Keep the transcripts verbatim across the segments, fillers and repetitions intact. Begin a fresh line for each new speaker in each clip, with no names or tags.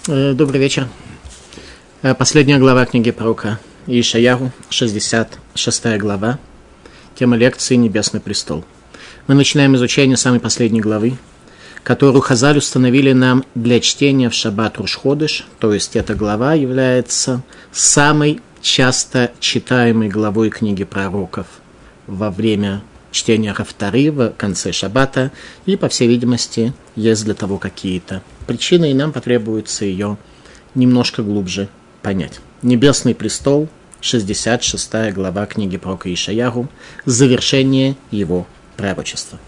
Добрый вечер. Последняя глава книги пророка Ишаяху, шестьдесят шестая глава. Тема лекции «Небесный престол». Мы начинаем изучение самой последней главы, которую Хазаль установили нам для чтения в шаббат Рош-ходеш, то есть эта глава является самой часто читаемой главой книги пророков во время чтения Хафтары в конце шаббата, и, по всей видимости, есть для того какие-то причины, и нам потребуется ее немножко глубже понять. Небесный престол, шестьдесят шестая глава книги пророка Ишаяху, завершение его пророчества.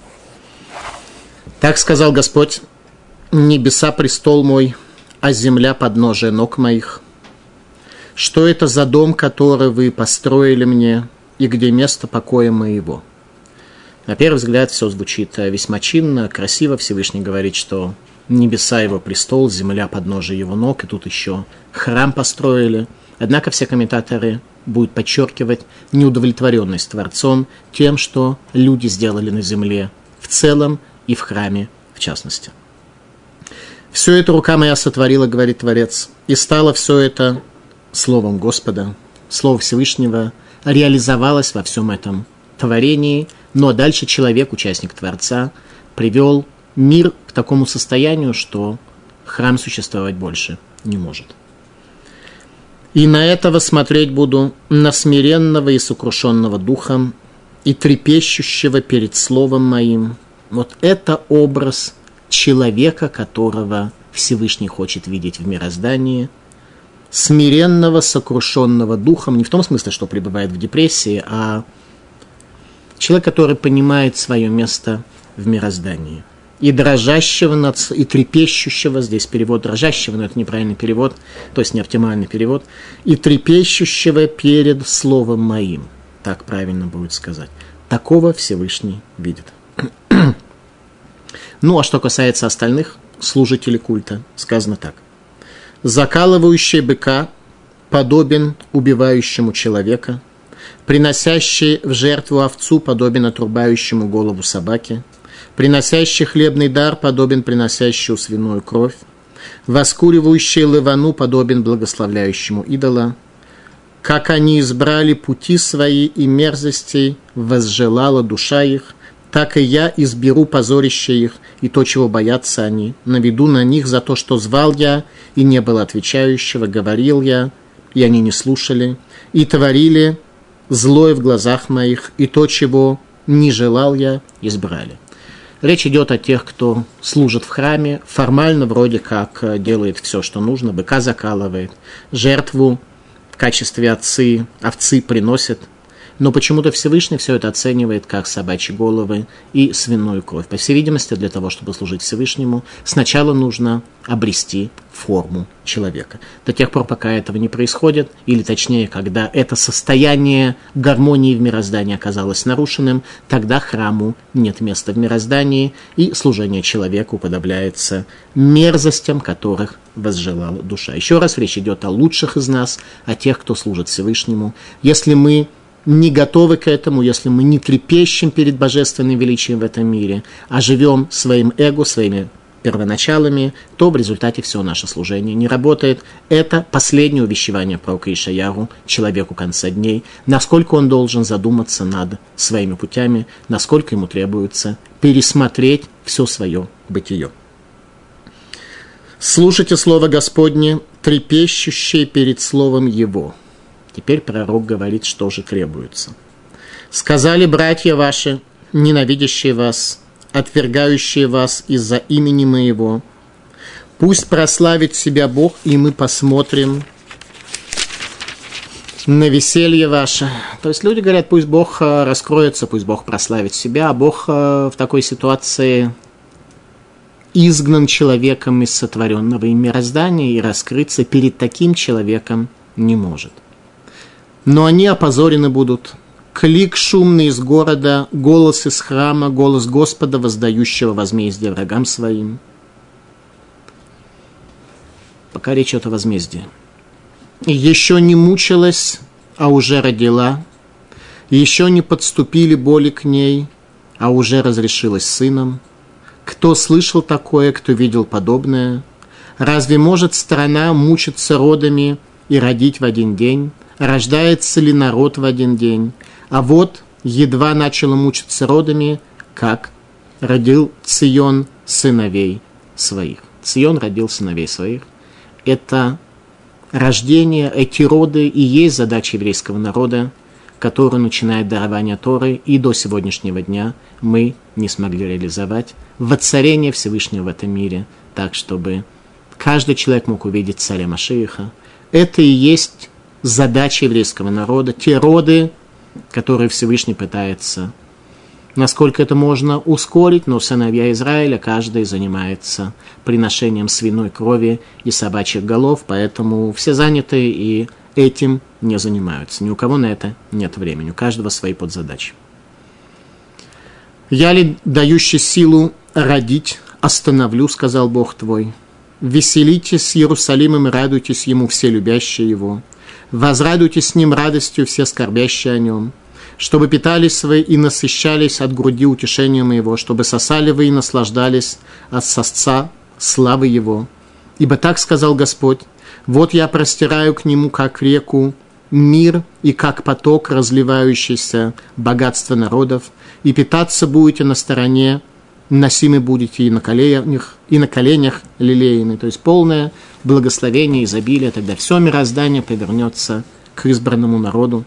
Так сказал Господь: «Небеса престол мой, а земля подножие ног моих. Что это за дом, который вы построили мне, и где место покоя моего?» На первый взгляд все звучит весьма чинно, красиво. Всевышний говорит, что небеса его престол, земля подножие его ног, и тут еще храм построили. Однако все комментаторы будут подчеркивать неудовлетворенность Творцом тем, что люди сделали на земле в целом и в храме в частности. «Все это рука моя сотворила, — говорит Творец, — и стало все это словом Господа». Слово Всевышнего реализовалось во всем этом творении, но дальше человек, участник Творца, привел мир к такому состоянию, что храм существовать больше не может. «И на этого смотреть буду, на смиренного и сокрушенного духом, и трепещущего перед словом моим». Вот это образ человека, которого Всевышний хочет видеть в мироздании, смиренного, сокрушенного духом, не в том смысле, что пребывает в депрессии, а человек, который понимает свое место в мироздании. И дрожащего, над, и трепещущего, здесь перевод дрожащего, но это неправильный перевод, то есть не оптимальный перевод, и трепещущего перед словом моим, так правильно будет сказать. Такого Всевышний видит. Ну, а что касается остальных служителей культа, сказано так. «Закалывающий быка подобен убивающему человека, приносящий в жертву овцу подобен отрубающему голову собаке, приносящий хлебный дар подобен приносящему свиную кровь, воскуривающий лывану подобен благословляющему идола. Как они избрали пути свои и мерзостей, возжелала душа их, так и я изберу позорище их и то, чего боятся они, наведу на них за то, что звал я, и не было отвечающего, говорил я, и они не слушали, и творили злое в глазах моих, и то, чего не желал я, избрали». Речь идет о тех, кто служит в храме, формально вроде как делает все, что нужно, быка закалывает, жертву в качестве овцы, овцы приносит, но почему-то Всевышний все это оценивает как собачьи головы и свиную кровь. По всей видимости, для того, чтобы служить Всевышнему, сначала нужно обрести форму человека. До тех пор, пока этого не происходит, или точнее, когда это состояние гармонии в мироздании оказалось нарушенным, тогда храму нет места в мироздании, и служение человеку уподобляется мерзостям, которых возжелала душа. Еще раз, речь идет о лучших из нас, о тех, кто служит Всевышнему. Если мы не готовы к этому, если мы не трепещем перед божественным величием в этом мире, а живем своим эго, своими первоначалами, то в результате все наше служение не работает. Это последнее увещевание пророка Ишаяху человеку конца дней, насколько он должен задуматься над своими путями, насколько ему требуется пересмотреть все свое бытие. «Слушайте слово Господне, трепещущее перед словом Его». Теперь пророк говорит, что же требуется. «Сказали братья ваши, ненавидящие вас, отвергающие вас из-за имени моего, пусть прославит себя Бог, и мы посмотрим на веселье ваше». То есть люди говорят, пусть Бог раскроется, пусть Бог прославит себя, а Бог в такой ситуации изгнан человеком из сотворенного им мироздания, и раскрыться перед таким человеком не может. «Но они опозорены будут. Клик шумный из города, голос из храма, голос Господа, воздающего возмездие врагам своим». Пока речь идет о возмездии. «Еще не мучилась, а уже родила. Еще не подступили боли к ней, а уже разрешилась сыном. Кто слышал такое, кто видел подобное? Разве может страна мучиться родами и родить в один день? Рождается ли народ в один день? А вот едва начало мучиться родами, как родил Цион сыновей своих. Цион родил сыновей своих. Это рождение, эти роды и есть задача еврейского народа, которую начинает дарование Торы, и до сегодняшнего дня мы не смогли реализовать воцарение Всевышнего в этом мире, так, чтобы каждый человек мог увидеть царя Машиаха. Это и есть задача еврейского народа, те роды, которые Всевышний пытается, насколько это можно ускорить, но сыновья Израиля, каждый занимается приношением свиной крови и собачьих голов, поэтому все заняты и этим не занимаются. Ни у кого на это нет времени, у каждого свои подзадачи. «Я ли, дающий силу родить, остановлю, сказал Бог твой. Веселитесь с Иерусалимом и радуйтесь ему все любящие его. Возрадуйтесь с ним радостью все скорбящие о нем. Чтобы питались вы и насыщались от груди утешением его, чтобы сосали вы и наслаждались от сосца славы его. Ибо так сказал Господь, вот я простираю к нему, как реку, мир и как поток, разливающийся богатство народов, и питаться будете на стороне, носимы будете и на коленях, и на коленях лелеяны». То есть полное благословение, изобилие, тогда все мироздание повернется к избранному народу.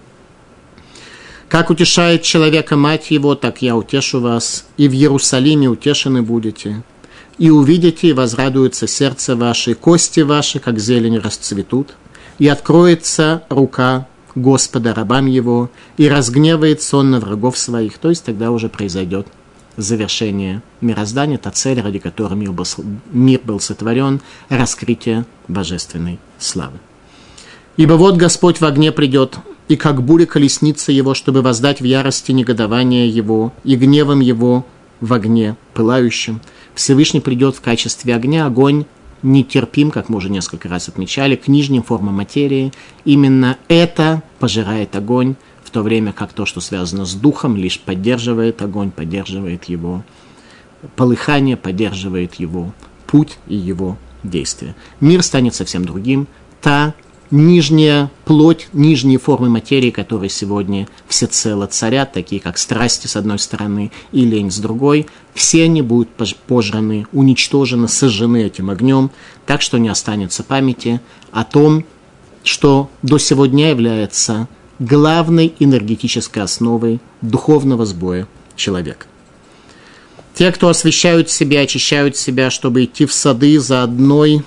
«Как утешает человека мать его, так я утешу вас, и в Иерусалиме утешены будете. И увидите, и возрадуется сердце ваше, и кости ваши, как зелень, расцветут, и откроется рука Господа рабам его, и разгневается он на врагов своих». То есть тогда уже произойдет завершение мироздания, та цель, ради которой мир был, мир был сотворен, раскрытие божественной славы. «Ибо вот Господь в огне придет, и как буря колесница его, чтобы воздать в ярости негодование его, и гневом его в огне пылающем». Всевышний придет в качестве огня, огонь нетерпим, как мы уже несколько раз отмечали, к нижним формам материи. Именно это пожирает огонь, в то время как то, что связано с духом, лишь поддерживает огонь, поддерживает его полыхание, поддерживает его путь и его действие. Мир станет совсем другим. Та нижняя плоть, нижние формы материи, которые сегодня всецело царят, такие как страсти с одной стороны и лень с другой, все они будут пожраны, уничтожены, сожжены этим огнем, так что не останется памяти о том, что до сего дня является главной энергетической основой духовного сбоя человека. Те, кто освящают себя, очищают себя, чтобы идти в сады за одной,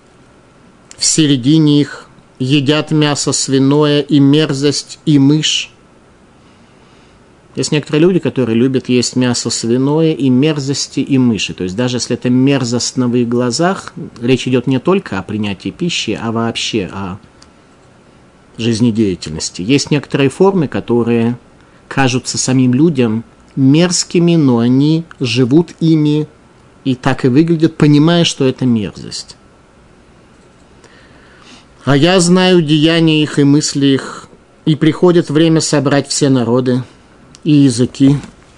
в середине их едят мясо свиное и мерзость, и мышь. Есть некоторые люди, которые любят есть мясо свиное и мерзости, и мыши. То есть даже если это мерзостно в их глазах, речь идет не только о принятии пищи, а вообще о жизнедеятельности. Есть некоторые формы, которые кажутся самим людям мерзкими, но они живут ими и так и выглядят, понимая, что это мерзость. «А я знаю деяния их и мысли их, и приходит время собрать все народы и языки,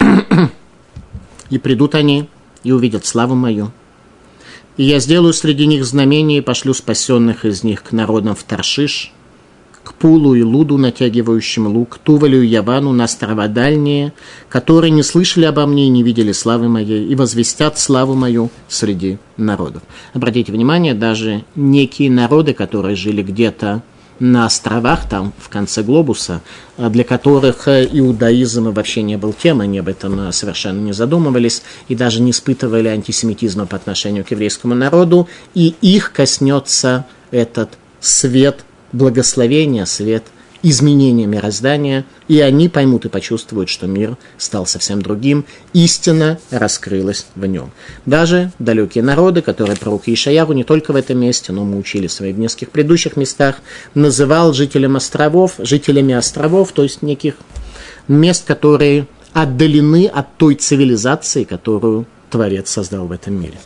и придут они, и увидят славу мою. И я сделаю среди них знамения, и пошлю спасенных из них к народам в Таршиш, к Пулу и Луду, натягивающим лук, к Тувалю и Явану, на острова дальние, которые не слышали обо мне и не видели славы моей, и возвестят славу мою среди народов». Обратите внимание, даже некие народы, которые жили где-то на островах, там, в конце глобуса, для которых иудаизм вообще не был темой, они об этом совершенно не задумывались, и даже не испытывали антисемитизма по отношению к еврейскому народу, и их коснется этот свет благословения, свет изменения мироздания, и они поймут и почувствуют, что мир стал совсем другим, истина раскрылась в нем. Даже далекие народы, которые пророк Ишаяху не только в этом месте, но мы учили свои в нескольких предыдущих местах, называл жителям островов, жителями островов, то есть неких мест, которые отдалены от той цивилизации, которую Творец создал в этом мире.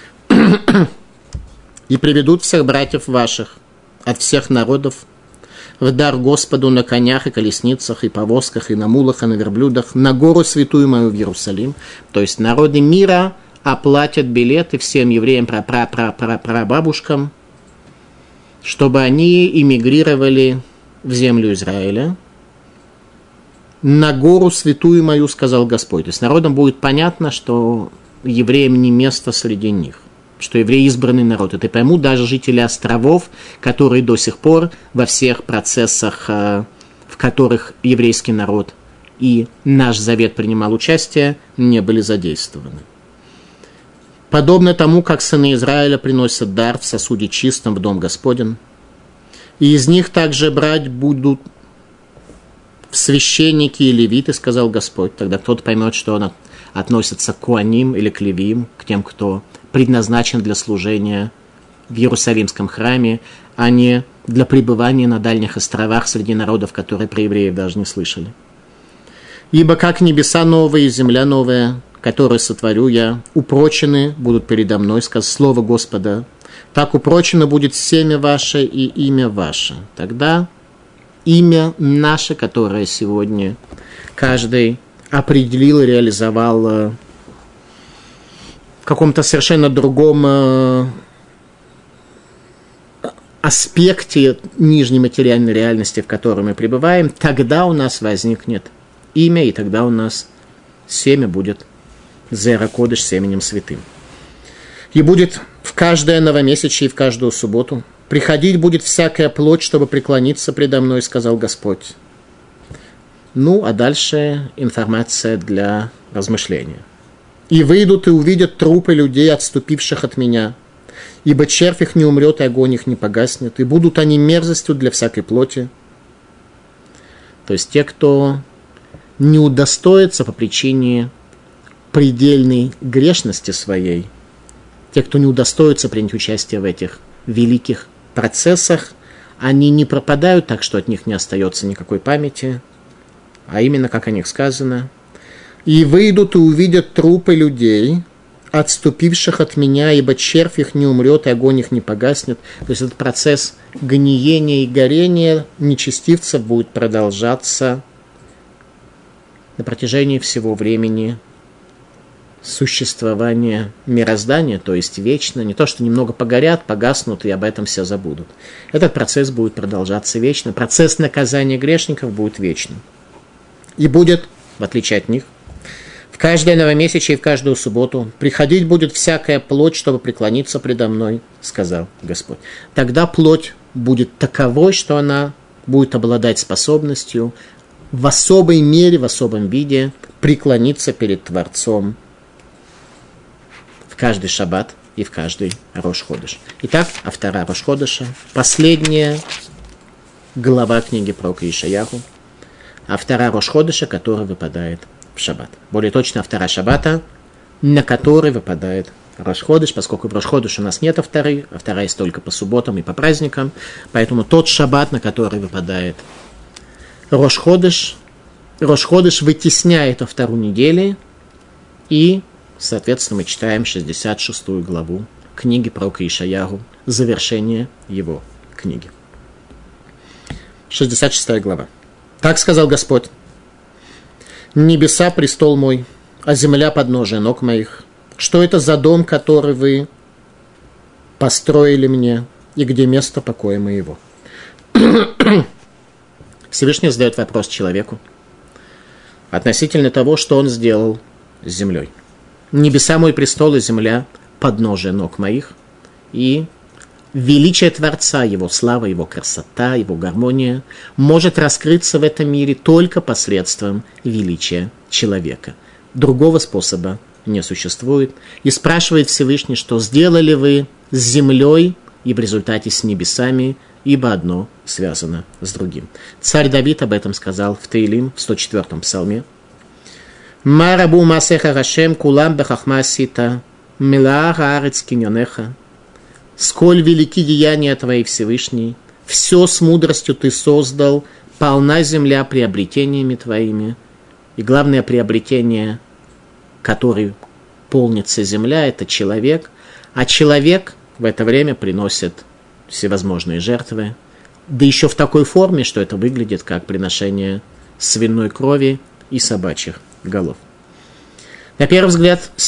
«И приведут всех братьев ваших от всех народов в дар Господу на конях и колесницах, и повозках, и на мулах, и на верблюдах, на гору святую мою в Иерусалим». То есть народы мира, оплатят билеты всем евреям, прабабушкам, чтобы они эмигрировали в землю Израиля. На гору святую мою, сказал Господь. То есть народам будет понятно, что евреям не место среди них, что евреи избранный народ. Это поймут даже жители островов, которые до сих пор во всех процессах, в которых еврейский народ и наш завет принимал участие, не были задействованы. Подобно тому, как сыны Израиля приносят дар в сосуде чистом в дом Господень, и из них также брать будут в священники и левиты, сказал Господь. Тогда кто-то поймет, что он относится к коаним или к левиим, к тем, кто предназначен для служения в Иерусалимском храме, а не для пребывания на дальних островах среди народов, которые про евреев даже не слышали. Ибо как небеса новые и земля новая, которые сотворю я, упрочены будут передо мной, сказано слово Господа, так упрочено будет семя ваше и имя ваше. Тогда имя наше, которое сегодня каждый определил и реализовал в каком-то совершенно другом аспекте нижней материальной реальности, в которой мы пребываем, тогда у нас возникнет имя, и тогда у нас семя будет Зера Кодеш, семенем святым. И будет в каждое новомесячье и в каждую субботу приходить будет всякая плоть, чтобы преклониться предо мной, сказал Господь. Ну, а дальше информация для размышления. И выйдут и увидят трупы людей, отступивших от меня, ибо червь их не умрет, и огонь их не погаснет, и будут они мерзостью для всякой плоти. То есть те, кто не удостоится по причине предельной грешности своей, те, кто не удостоится принять участие в этих великих процессах, они не пропадают так, что от них не остается никакой памяти, а именно, как о них сказано, «И выйдут и увидят трупы людей, отступивших от меня, ибо червь их не умрет, и огонь их не погаснет». То есть этот процесс гниения и горения нечестивцев будет продолжаться на протяжении всего времени существования мироздания, то есть вечно, не то, что немного погорят, погаснут и об этом все забудут. Этот процесс будет продолжаться вечно, процесс наказания грешников будет вечным. И будет, в отличие от них, в каждое новомесячье и в каждую субботу приходить будет всякая плоть, чтобы преклониться предо мной, сказал Господь. Тогда плоть будет таковой, что она будет обладать способностью в особой мере, в особом виде преклониться перед Творцом в каждый шаббат и в каждый Рош Ходеш. Итак, автора Рош Ходеша, последняя глава книги пророка Ишаяху, автора Рош Ходеша, который выпадает в шаббат. Более точно, автора шаббата, на который выпадает Рош Ходеш, поскольку в Рош Ходеш у нас нет авторы, автора есть только по субботам и по праздникам, поэтому тот шаббат, на который выпадает Рош Ходеш, Рош Ходеш вытесняет автору недели, и, соответственно, мы читаем шестьдесят шестую главу книги пророка Ишаяху, завершение его книги. шестьдесят шестая глава. Так сказал Господь: «Небеса – престол мой, а земля – подножие ног моих. Что это за дом, который вы построили мне, и где место покоя моего?» Всевышний задает вопрос человеку относительно того, что он сделал с землей. «Небеса – мой престол, и земля – подножие ног моих». И величие Творца, его слава, его красота, его гармония может раскрыться в этом мире только посредством величия человека. Другого способа не существует. И спрашивает Всевышний, что сделали вы с землей и в результате с небесами, ибо одно связано с другим. Царь Давид об этом сказал в Теилим, в сто четвёртом псалме. «Ма рабу масеха Хашем кулам бехахма сита, милаа хаарец киньонеха». «Сколь велики деяния Твои, Всевышний, все с мудростью Ты создал, полна земля приобретениями Твоими». И главное приобретение, которое полнится земля, это человек, а человек в это время приносит всевозможные жертвы, да еще в такой форме, что это выглядит как приношение свиной крови и собачьих голов. На первый взгляд, стих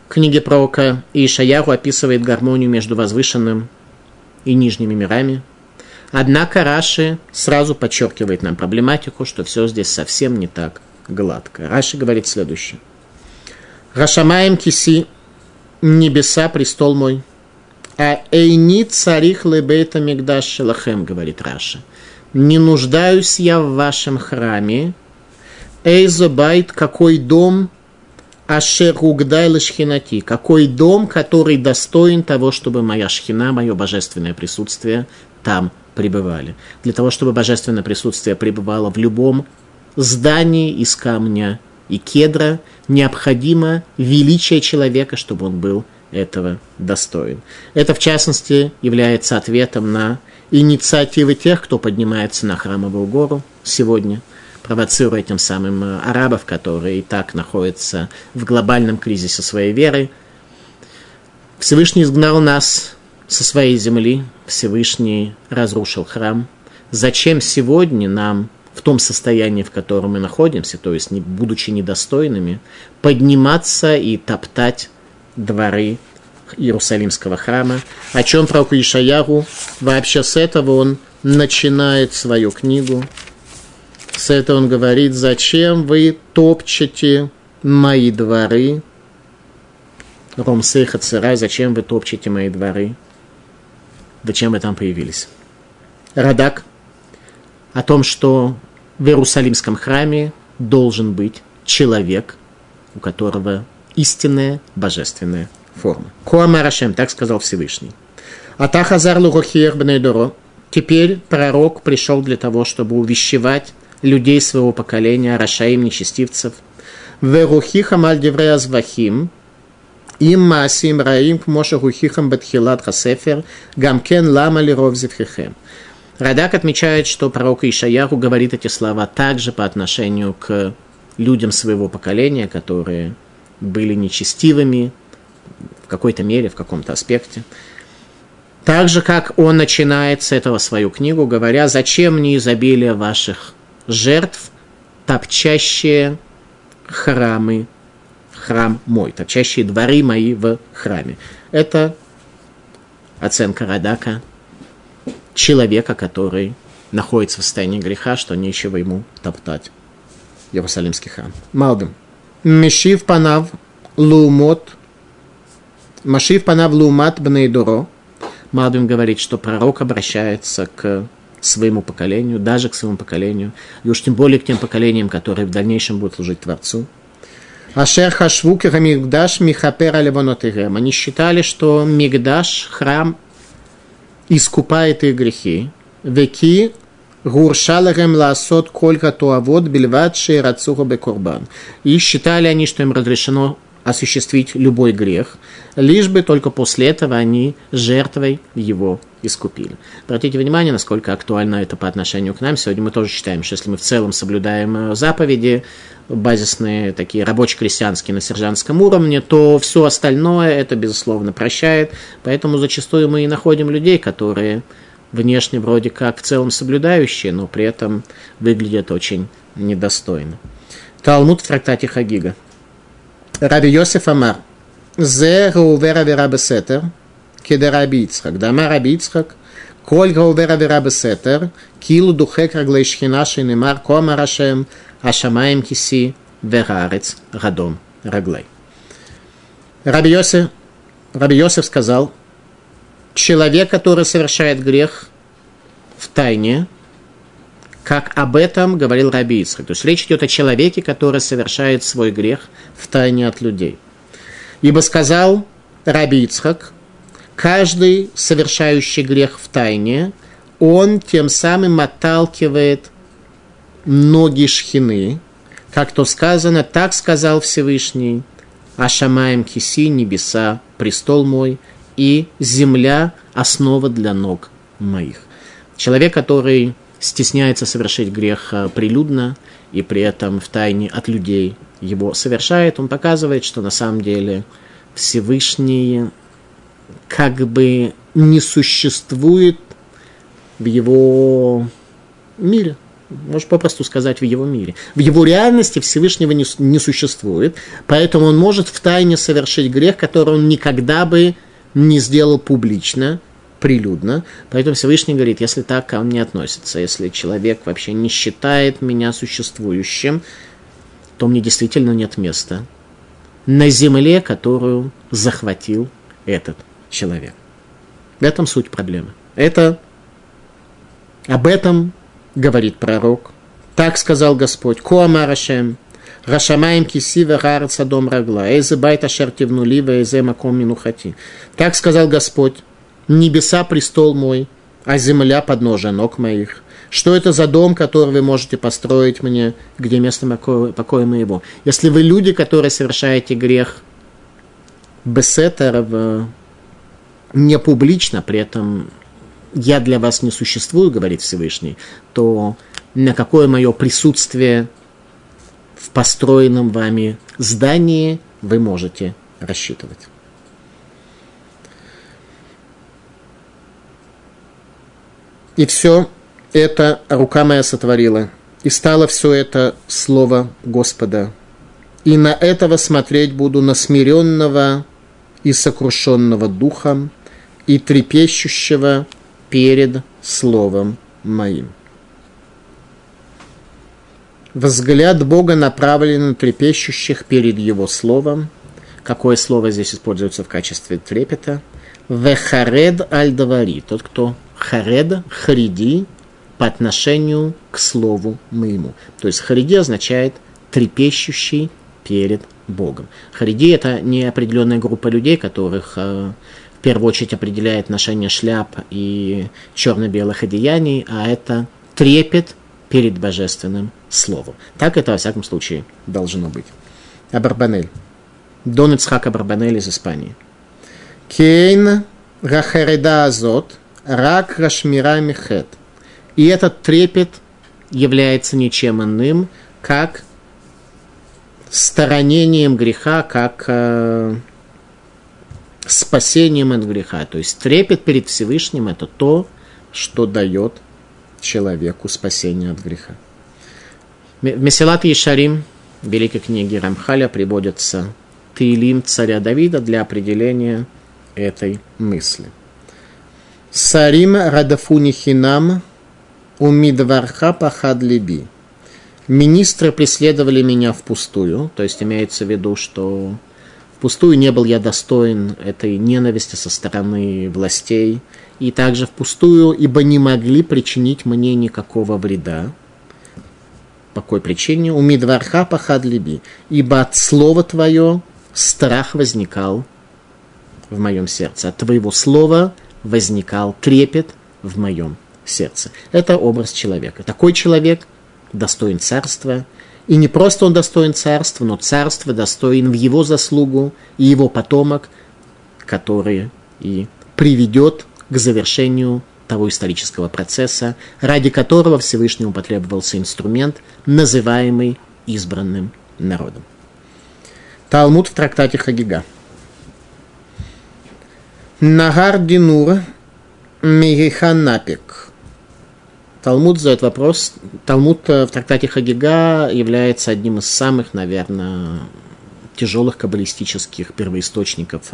книге пророка Ишаяху описывает гармонию между возвышенным и нижними мирами. Однако Раши сразу подчеркивает нам проблематику, что все здесь совсем не так гладко. Раши говорит следующее. «Рашамаем киси, небеса, престол мой, а эйни царих лебейта мигдаш шелахем», говорит Раши. «Не нуждаюсь я в вашем храме, эйзо байт, какой дом, ашер угдай лешхинати, какой дом, который достоин того, чтобы моя шхина, мое божественное присутствие там пребывали. Для того, чтобы божественное присутствие пребывало в любом здании из камня и кедра, необходимо величие человека, чтобы он был этого достоин. Это, в частности, является ответом на инициативы тех, кто поднимается на Храмовую гору сегодня, провоцируя тем самым арабов, которые и так находятся в глобальном кризисе своей веры. Всевышний изгнал нас со своей земли, Всевышний разрушил храм. Зачем сегодня нам в том состоянии, в котором мы находимся, то есть, будучи недостойными, подниматься и топтать дворы Иерусалимского храма? О чем пророк Ишаяху? Вообще с этого он начинает свою книгу. С этого он говорит: «Зачем вы топчете мои дворы?» Ромсейха цара, зачем вы топчете мои дворы? Зачем вы там появились? Радак о том, что в Иерусалимском храме должен быть человек, у которого истинная божественная форма. Коамар Ашем, так сказал Всевышний. Атахазар лурохиер бнейдоро. Теперь пророк пришел для того, чтобы увещевать людей своего поколения, рашаим, нечестивцев. Верухихам аль-деврей азвахим. Им маасим раим кмоша гухихам бетхилат хасефер гамкен лама лиров зевхихем. Радак отмечает, что пророк Ишаяху говорит эти слова также по отношению к людям своего поколения, которые были нечестивыми в какой-то мере, в каком-то аспекте. Так же, как он начинает с этого свою книгу, говоря: «Зачем мне изобилие ваших жертв, топчащие храмы, храм мой, топчащие дворы мои в храме». Это оценка Радака, человека, который находится в состоянии греха, что нечего ему топтать Иерусалимский храм. Малдым. Мешив панав лумот, машив панав лумат бнейдоро. Малдым говорит, что пророк обращается к своему поколению, даже к своему поколению, и уж тем более к тем поколениям, которые в дальнейшем будут служить Творцу. Ашер хашву ки мигдаш михапер алеванотихем. Они считали, что мигдаш, храм, искупает их грехи. Веки гуршалахем лаасот колька туавот бельват шейрацуха бекорбан. И считали они, что им разрешено осуществить любой грех, лишь бы только после этого они жертвой его искупили. Обратите внимание, насколько актуально это по отношению к нам. Сегодня мы тоже считаем, что если мы в целом соблюдаем заповеди, базисные, такие рабоче-крестьянские на сержантском уровне, то все остальное это, безусловно, прощает. Поэтому зачастую мы и находим людей, которые внешне вроде как в целом соблюдающие, но при этом выглядят очень недостойно. Талмуд в трактате Хагига. Раби Йосеф Амар. Зе гаувер авера бесетер, кеде Раби Ицхак. Дама Раби Ицхак. Коль гаувер авера бесетер, килу духек раглей шхина шейнемар коамар Ашем, ашамаем киси верарец гадом раглей. Раби Йосеф, Раби Йосеф сказал: человек, который совершает грех в тайне, как об этом говорил Раби Ицхак. То есть речь идет о человеке, который совершает свой грех в тайне от людей. Ибо сказал Раби Ицхак: каждый совершающий грех в тайне, он тем самым отталкивает ноги шхины. Как то сказано, так сказал Всевышний: ашамаем киси, небеса, престол мой, и земля – основа для ног моих. Человек, который стесняется совершить грех прилюдно и при этом втайне от людей его совершает, он показывает, что на самом деле Всевышний как бы не существует в его мире. может попросту сказать, в его мире. В его реальности Всевышнего не, не существует, поэтому он может втайне совершить грех, который он никогда бы не сделал публично, прилюдно. Поэтому Всевышний говорит, если так ко мне относится, если человек вообще не считает меня существующим, то мне действительно нет места на земле, которую захватил этот человек. В этом суть проблемы. Это, об этом говорит пророк. Так сказал Господь. Коамар Ашем, Рашамаем кисива гарц адом рагла, эзе байт ашер тивнули, эзе маком минухати. Так сказал Господь. Небеса престол мой, а земля подножие ног моих. Что это за дом, который вы можете построить мне, где место покоя моего? Если вы люди, которые совершаете грех бесетер, не публично, при этом я для вас не существую, говорит Всевышний, то на какое мое присутствие в построенном вами здании вы можете рассчитывать? И все это рука моя сотворила, и стало все это слово Господа. И на этого смотреть буду, на смиренного и сокрушенного духом, и трепещущего перед словом моим. Взгляд Бога направлен на трепещущих перед Его словом. Какое слово здесь используется в качестве трепета? Вехаред аль-давари, тот, кто харед, хариди, по отношению к слову моему. То есть хариди означает трепещущий перед Богом. Хариди – это не определенная группа людей, которых э, в первую очередь определяет ношение шляп и черно-белых одеяний, а это трепет перед божественным словом. Так это, во всяком случае, должно быть. Абарбанель. Дон Ицхак Абарбанель из Испании. Кейн рахареда азот рак рашмира михет. И этот трепет является ничем иным, как сторонением греха, как э, спасением от греха. То есть трепет перед Всевышним – это то, что дает человеку спасение от греха. В Месилат Ешарим, в великой книге Рамхаля, приводится Теилим царя Давида для определения этой мысли. Сарим радафуни хинам умидварха пахад либи. Министры преследовали меня впустую, то есть имеется в виду, что впустую не был я достоин этой ненависти со стороны властей, и также впустую, ибо не могли причинить мне никакого вреда. По какой причине? Умидварха пахад либи. Ибо от слова твое страх возникал в моем сердце. От твоего слова возникал трепет в моем сердце. Это образ человека. Такой человек достоин царства. И не просто он достоин царства, но царство достоин в его заслугу и его потомок, который и приведет к завершению того исторического процесса, ради которого Всевышнему потребовался инструмент, называемый избранным народом. Талмуд в трактате Хагига. Нагар Динур Мегиханапик. Талмуд задает вопрос. Талмуд в трактате Хагига является одним из самых, наверное, тяжелых каббалистических первоисточников,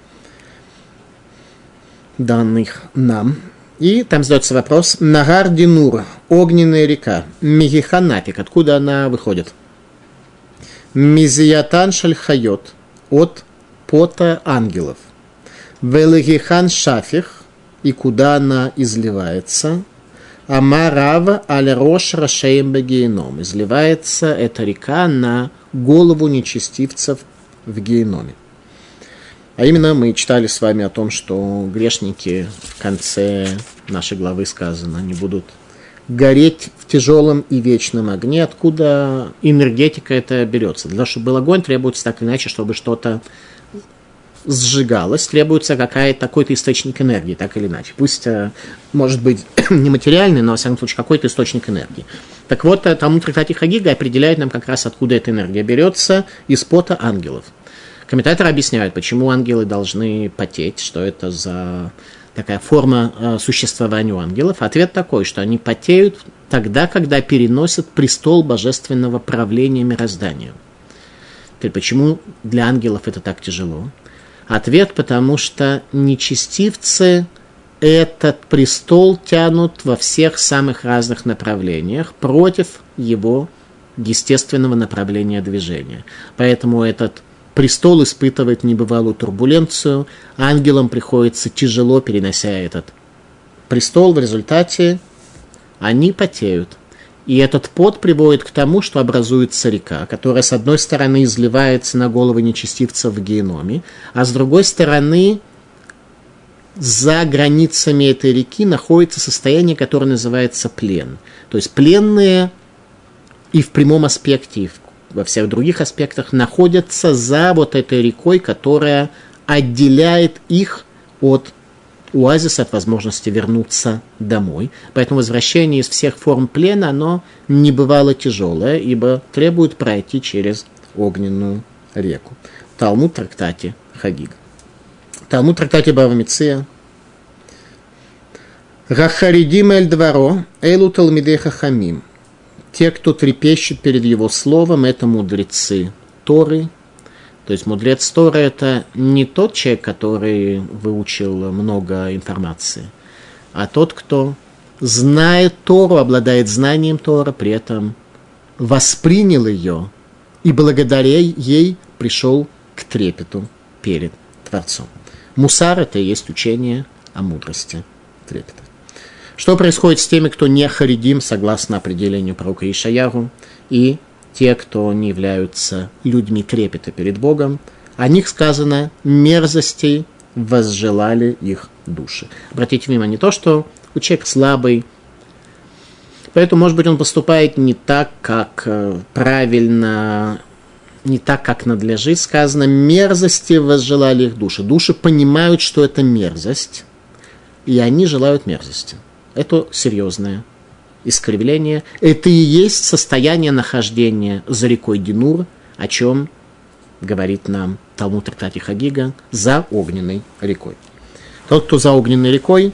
данных нам. И там задается вопрос. Нагар Динур, огненная река. Мегиханапик, откуда она выходит? Мизиятан шальхайот, от пота ангелов. Велегихан шафих, и куда она изливается? Амарава аль-рош рашеем бегейном. Изливается эта река на голову нечестивцев в гейноме. А именно мы читали с вами о том, что грешники в конце нашей главы сказано, они будут гореть в тяжелом и вечном огне. Откуда энергетика это берется? Для того, чтобы был огонь, требуется так или иначе, чтобы что-то сжигалось, требуется какая-то, какой-то источник энергии, так или иначе. Пусть, может быть, не материальный, но, во всяком случае, какой-то источник энергии. Так вот, Талмуд в трактате Хагига определяет нам как раз, откуда эта энергия берется, из пота ангелов. Комментаторы объясняют, почему ангелы должны потеть, что это за такая форма существования у ангелов. Ответ такой, что они потеют тогда, когда переносят престол божественного правления мирозданием. Теперь, почему для ангелов это так тяжело? Ответ, потому что нечестивцы этот престол тянут во всех самых разных направлениях против его естественного направления движения. Поэтому этот престол испытывает небывалую турбуленцию, ангелам приходится тяжело, перенося этот престол, в результате они потеют. И этот пот приводит к тому, что образуется река, которая с одной стороны изливается на головы нечестивцев в геноме, а с другой стороны за границами этой реки находится состояние, которое называется плен. То есть пленные и в прямом аспекте, и во всех других аспектах находятся за вот этой рекой, которая отделяет их от оазиса, от возможности вернуться домой. Поэтому возвращение из всех форм плена, оно не бывало тяжелое, ибо требует пройти через огненную реку. Талмуд в трактате Хагига. Талмуд в трактате Бава Меция. Рахаридим эль дворо, элу талмидей хахамим. Те, кто трепещет перед его словом, это мудрецы Торы. То есть мудрец Торы – это не тот человек, который выучил много информации, а тот, кто знает Тору, обладает знанием Торы, при этом воспринял ее и благодаря ей пришел к трепету перед Творцом. Мусар – это и есть учение о мудрости трепета. Что происходит с теми, кто не харидим, согласно определению пророка Ишаяху, и те, кто не являются людьми трепета перед Богом? О них сказано: мерзостей возжелали их души. Обратите внимание, то, что человек слабый, поэтому, может быть, он поступает не так, как правильно, не так, как надлежит. Сказано: мерзости возжелали их души. Души понимают, что это мерзость, и они желают мерзости. Это серьезное искривление. Это и есть состояние нахождения за рекой Динур, о чем говорит нам Талмуд в трактате Хагига, за огненной рекой. Тот, кто за огненной рекой,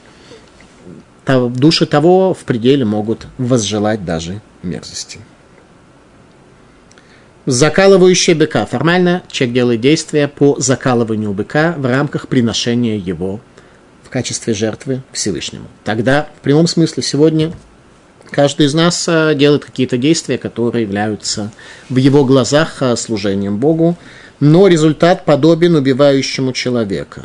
души того в пределе могут возжелать даже мерзости. Закалывающий быка. Формально человек делает действия по закалыванию быка в рамках приношения его в качестве жертвы Всевышнему. Тогда, в прямом смысле, сегодня каждый из нас делает какие-то действия, которые являются в его глазах служением Богу, но результат подобен убивающему человека.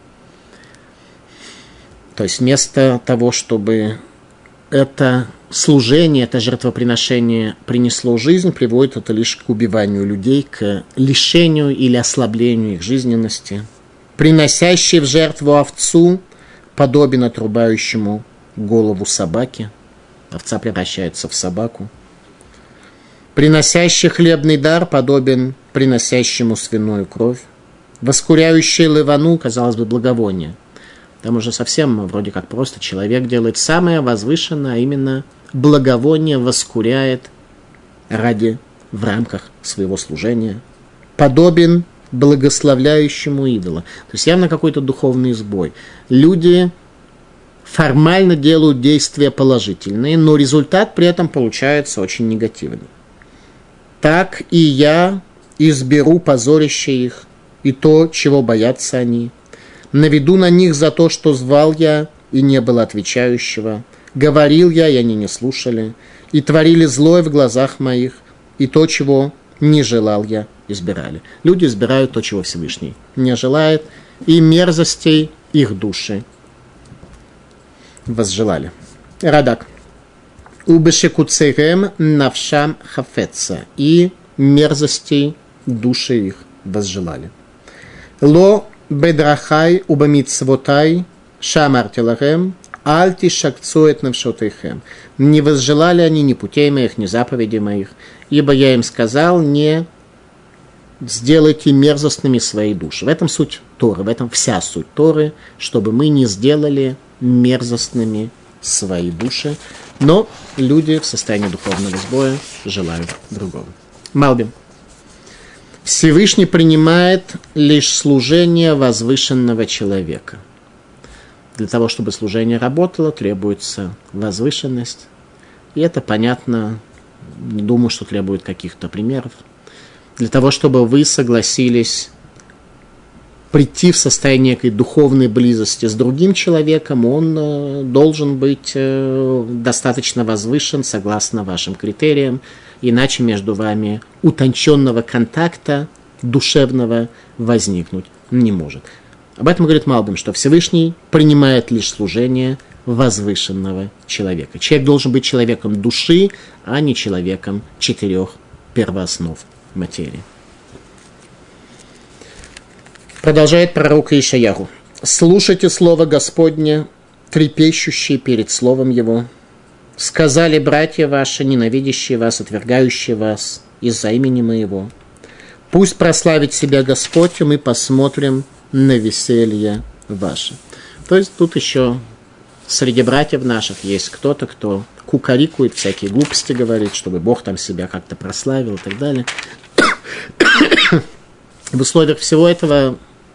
То есть вместо того, чтобы это служение, это жертвоприношение принесло жизнь, приводит это лишь к убиванию людей, к лишению или ослаблению их жизненности. Приносящий в жертву овцу подобен отрубающему голову собаки. Овца превращается в собаку. Приносящий хлебный дар подобен приносящему свиную кровь. Воскуряющий левану, казалось бы, благовоние. Там уже совсем вроде как просто человек делает самое возвышенное, а именно благовоние воскуряет ради, в рамках своего служения. Подобен благословляющему идола. То есть явно какой-то духовный сбой. Люди формально делают действия положительные, но результат при этом получается очень негативный. Так и я изберу позорище их, и то, чего боятся они. Наведу на них за то, что звал я, и не было отвечающего. Говорил я, и они не слушали. И творили злое в глазах моих, и то, чего не желал я, избирали. Люди избирают то, чего Всевышний не желает, и мерзостей их души возжелали. Радак. Убешекуцерем навшам хафеца. И мерзостей души их возжелали. Ло бедрахай убамитсвотай шамартилахем альти шакцует навшотейхем. Не возжелали они ни путей моих, ни заповедей моих, ибо я им сказал: не сделайте мерзостными свои души. В этом суть Торы, в этом вся суть Торы, чтобы мы не сделали мерзостными свои души. Но люди в состоянии духовного сбоя желают другого. Малбим. Всевышний принимает лишь служение возвышенного человека. Для того, чтобы служение работало, требуется возвышенность. И это понятно, не думаю, что требует каких-то примеров. Для того, чтобы вы согласились прийти в состояние некой духовной близости с другим человеком, он э, должен быть э, достаточно возвышен согласно вашим критериям, иначе между вами утонченного контакта душевного возникнуть не может. Об этом говорит Малбим, что Всевышний принимает лишь служение возвышенного человека. Человек должен быть человеком души, а не человеком четырех первооснов материи. Продолжает пророк Ишаяху. «Слушайте слово Господне, трепещущие перед словом Его. Сказали братья ваши, ненавидящие вас, отвергающие вас из-за имени моего. Пусть прославит себя Господь, и мы посмотрим на веселье ваше». То есть тут еще среди братьев наших есть кто-то, кто кукарикует, всякие глупости говорит, чтобы Бог там себя как-то прославил и так далее. В условиях всего этого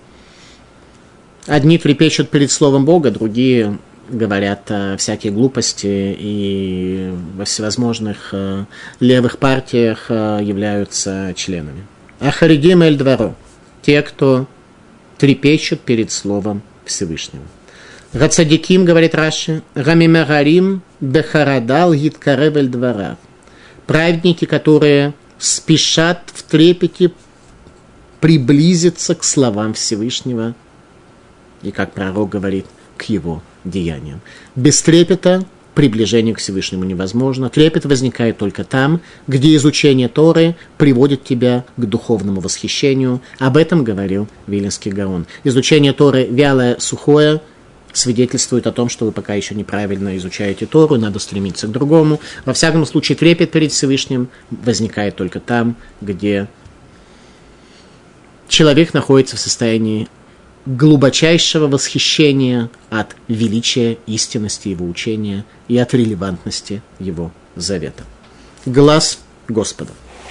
одни трепещут перед словом Бога, другие говорят э, всякие глупости и во всевозможных э, левых партиях э, являются членами. Ахаридим эль дворо, те, кто трепещут перед словом Всевышнего. Рацадиким, говорит Раши, гамимагарим бехарадал гиткарев эль двора. Праведники, которые спешат в трепете приблизиться к словам Всевышнего, и, как пророк говорит, к его деяниям. Без трепета приближение к Всевышнему невозможно. Трепет возникает только там, где изучение Торы приводит тебя к духовному восхищению. Об этом говорил Вилинский Гаон. Изучение Торы вялое, сухое свидетельствует о том, что вы пока еще неправильно изучаете Тору, надо стремиться к другому. Во всяком случае, трепет перед Всевышним возникает только там, где человек находится в состоянии глубочайшего восхищения от величия, истинности его учения и от релевантности его завета. Глас Господа.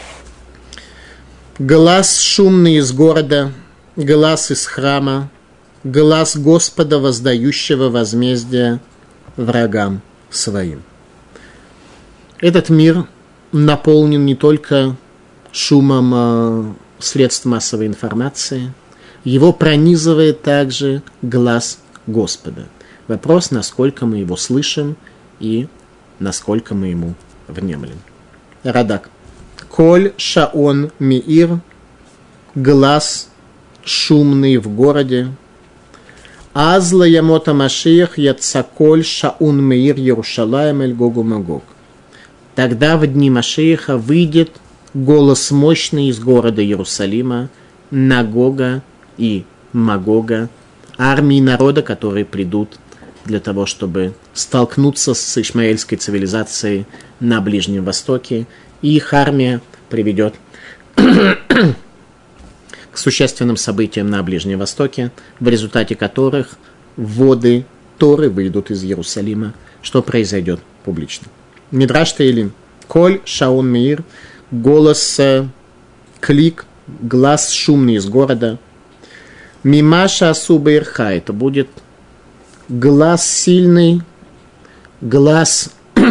Глас шумный из города, глас из храма, глас Господа, воздающего возмездие врагам своим. Этот мир наполнен не только шумом средств массовой информации, его пронизывает также глас Господа. Вопрос, насколько мы его слышим и насколько мы ему внемлем. Радак. Коль шаон миир, глас шумный в городе. Азла ямота машиях яцаколь шаун миир Ярушалаем эль Гогу Магог. Тогда в дни Машиаха выйдет голос мощный из города Иерусалима на Гога и Магога, армии народа, которые придут для того, чтобы столкнуться с ишмаэльской цивилизацией на Ближнем Востоке, и их армия приведет к существенным событиям на Ближнем Востоке, в результате которых воды Торы выйдут из Иерусалима, что произойдет публично. Мидраш Теилим. Коль шаун меир, голос, клик, глаз шумный из города. Мимаша асуба ирха, это будет глаз сильный, глаз,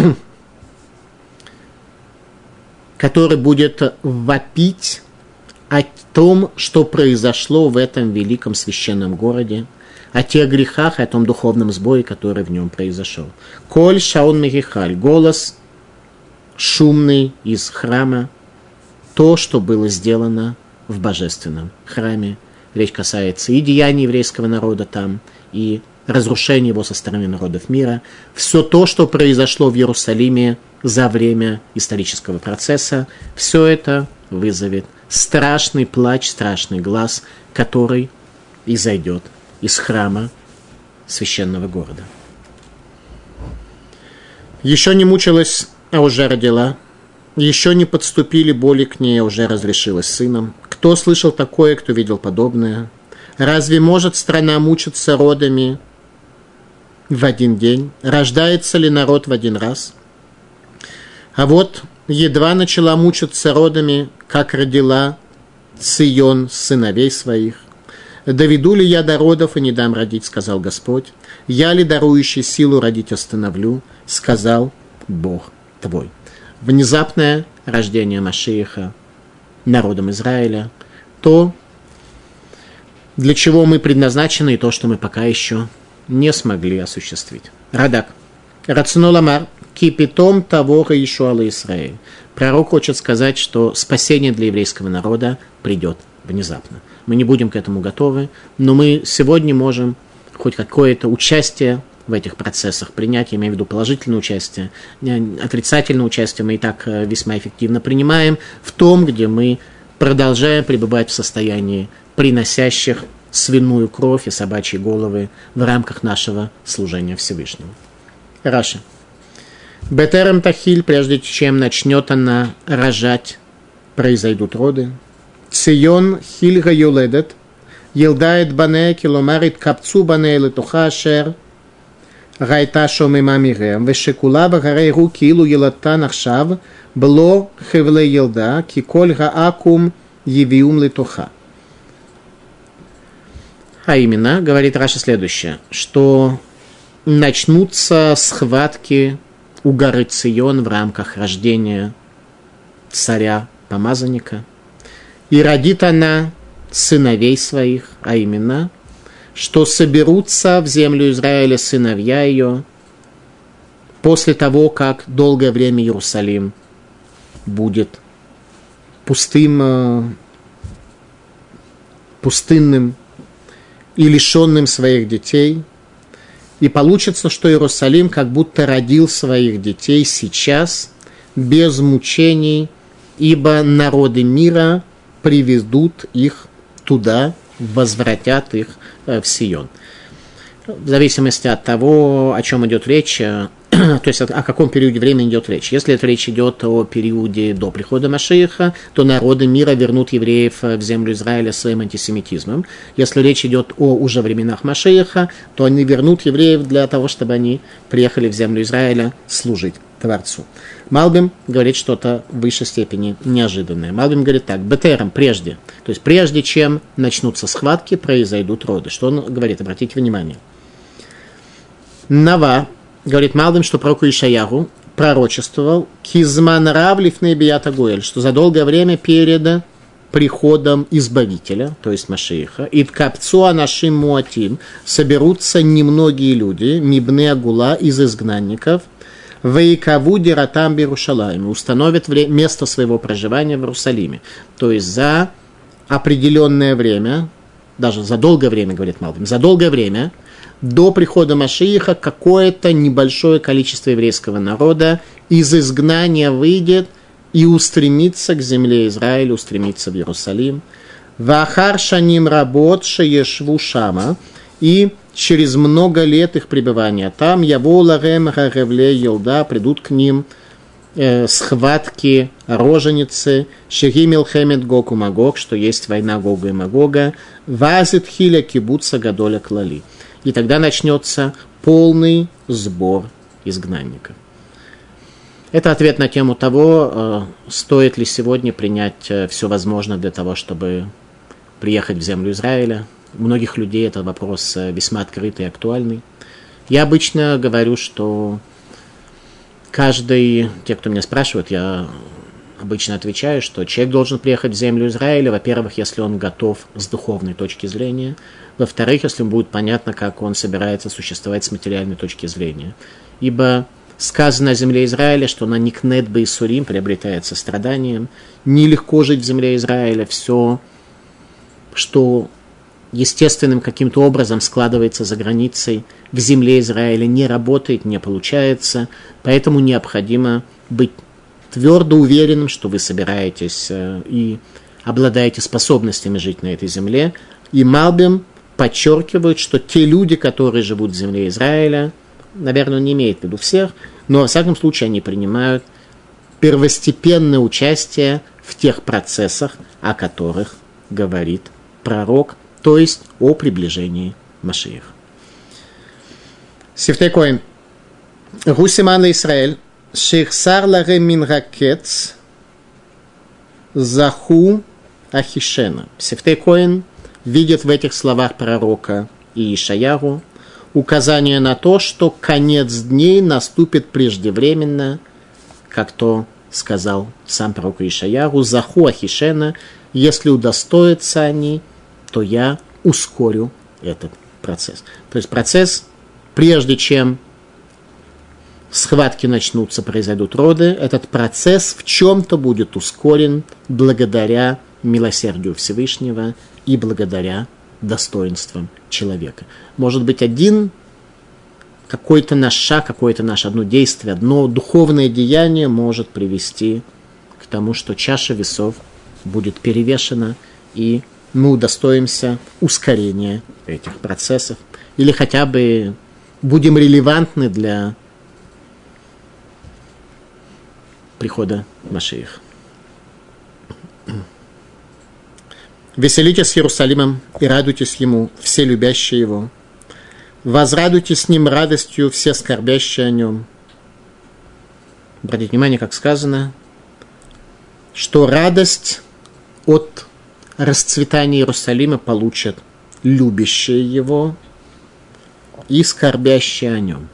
который будет вопить о том, что произошло в этом великом священном городе, о тех грехах, о том духовном сбое, который в нем произошел. Коль шаун мегихаль, голос шумный из храма, то, что было сделано в божественном храме. Речь касается и деяний еврейского народа там, и разрушения его со стороны народов мира. Все то, что произошло в Иерусалиме за время исторического процесса, все это вызовет страшный плач, страшный глаз, который изойдет из храма священного города. Еще не мучилась, а уже родила. Еще не подступили боли к ней, а уже разрешилась сыном. Кто слышал такое, кто видел подобное? Разве может страна мучиться родами в один день? Рождается ли народ в один раз? А вот едва начала мучиться родами, как родила Цион сыновей своих. «Доведу ли я до родов и не дам родить, — сказал Господь. Я ли дарующий силу родить остановлю, — сказал Бог твой. Внезапное рождение Машиаха народом Израиля, то, для чего мы предназначены, и то, что мы пока еще не смогли осуществить. Радак. Рацуноламар. Кипитом того Ишуала Исраиль. Пророк хочет сказать, что спасение для еврейского народа придет внезапно. Мы не будем к этому готовы, но мы сегодня можем хоть какое-то участие в этих процессах принять, я имею в виду положительное участие, отрицательное участие мы и так весьма эффективно принимаем в том, где мы продолжаем пребывать в состоянии приносящих свиную кровь и собачьи головы в рамках нашего служения Всевышнему. Раша. Бетерем тахиль, прежде чем начнет она рожать, произойдут роды. Цион хильга юледет, елдает бане, киломарит капцу бане летуха ашер, гайта шомима мирем, вешекула багарей руки илу елата нахшав, бло хевле елда, киколь гаакум евиум летуха. А именно, говорит Раша следующее, что начнутся схватки у горы Цион в рамках рождения царя-помазанника. И родит она сыновей своих, а именно, что соберутся в землю Израиля сыновья ее после того, как долгое время Иерусалим будет пустым, пустынным и лишенным своих детей. И получится, что Иерусалим как будто родил своих детей сейчас, без мучений, ибо народы мира приведут их туда, возвратят их в Сион. В зависимости от того, о чем идет речь, то есть о каком периоде времени идет речь. Если это речь идет о периоде до прихода Машиаха, то народы мира вернут евреев в землю Израиля своим антисемитизмом. Если речь идет о уже временах Машиаха, то они вернут евреев для того, чтобы они приехали в землю Израиля служить Творцу. Малбим говорит что-то в высшей степени неожиданное. Малбим говорит так: бетером, прежде, то есть прежде чем начнутся схватки, произойдут роды. Что он говорит? Обратите внимание. Нава, говорит Малбим, что пророк Ишаяху пророчествовал кизман рав лифней бията гоэль, что за долгое время перед приходом Избавителя, то есть Машиаха, и ткапцу анашим муатим, соберутся немногие люди, мибне агула, из изгнанников, вейкаву диратам бирушалаим, установят место своего проживания в Иерусалиме. То есть за определенное время, даже за долгое время, говорит Малбим, за долгое время, до прихода Машиаха какое-то небольшое количество еврейского народа из изгнания выйдет и устремится к земле Израиля, устремится в Иерусалим. Вахар шаним работ шеешву шама, и через много лет их пребывания там яво ларем гаревле елда, придут к ним э, схватки роженицы, шеги милхемет гог и магог, что есть война Гога и Магога, вазит хиля кибуца гадоля клали. И тогда начнется полный сбор изгнанников. Это ответ на тему того, стоит ли сегодня принять все возможное для того, чтобы приехать в землю Израиля. У многих людей это вопрос весьма открытый и актуальный. Я обычно говорю, что каждый, те, кто меня спрашивает, я обычно отвечаю, что человек должен приехать в землю Израиля, во-первых, если он готов с духовной точки зрения, во-вторых, если ему будет понятно, как он собирается существовать с материальной точки зрения. Ибо сказано о земле Израиля, что она никнет бейсурим, приобретается страданием, нелегко жить в земле Израиля, все, что естественным каким-то образом складывается за границей, в земле Израиля не работает, не получается, поэтому необходимо быть твердо уверенным, что вы собираетесь и обладаете способностями жить на этой земле. И Малбим подчеркивает, что те люди, которые живут в земле Израиля, наверное, он не имеет в виду всех, но, во всяком случае, они принимают первостепенное участие в тех процессах, о которых говорит пророк, то есть о приближении Машиаха. Сифтей Коэн. Гусиман Исраэль. Шейхсар ларем мин ракец заху ахишена. Сифтей Коэн видит в этих словах пророка Иешаяху указание на то, что конец дней наступит преждевременно, как то сказал сам пророк Ишаяху, «Заху ахишена, если удостоятся они, то я ускорю этот процесс». То есть процесс, прежде чем схватки начнутся, произойдут роды, этот процесс в чем-то будет ускорен благодаря милосердию Всевышнего и благодаря достоинствам человека. Может быть, один какой-то наш шаг, какое-то наше одно действие, одно духовное деяние может привести к тому, что чаша весов будет перевешена, и мы удостоимся ускорения этих процессов, или хотя бы будем релевантны для прихода Машиаха. «Веселитесь с Иерусалимом и радуйтесь ему, все любящие его. Возрадуйтесь с ним радостью, все скорбящие о нем». Обратите внимание, как сказано, что радость от расцветания Иерусалима получат любящие его и скорбящие о нем.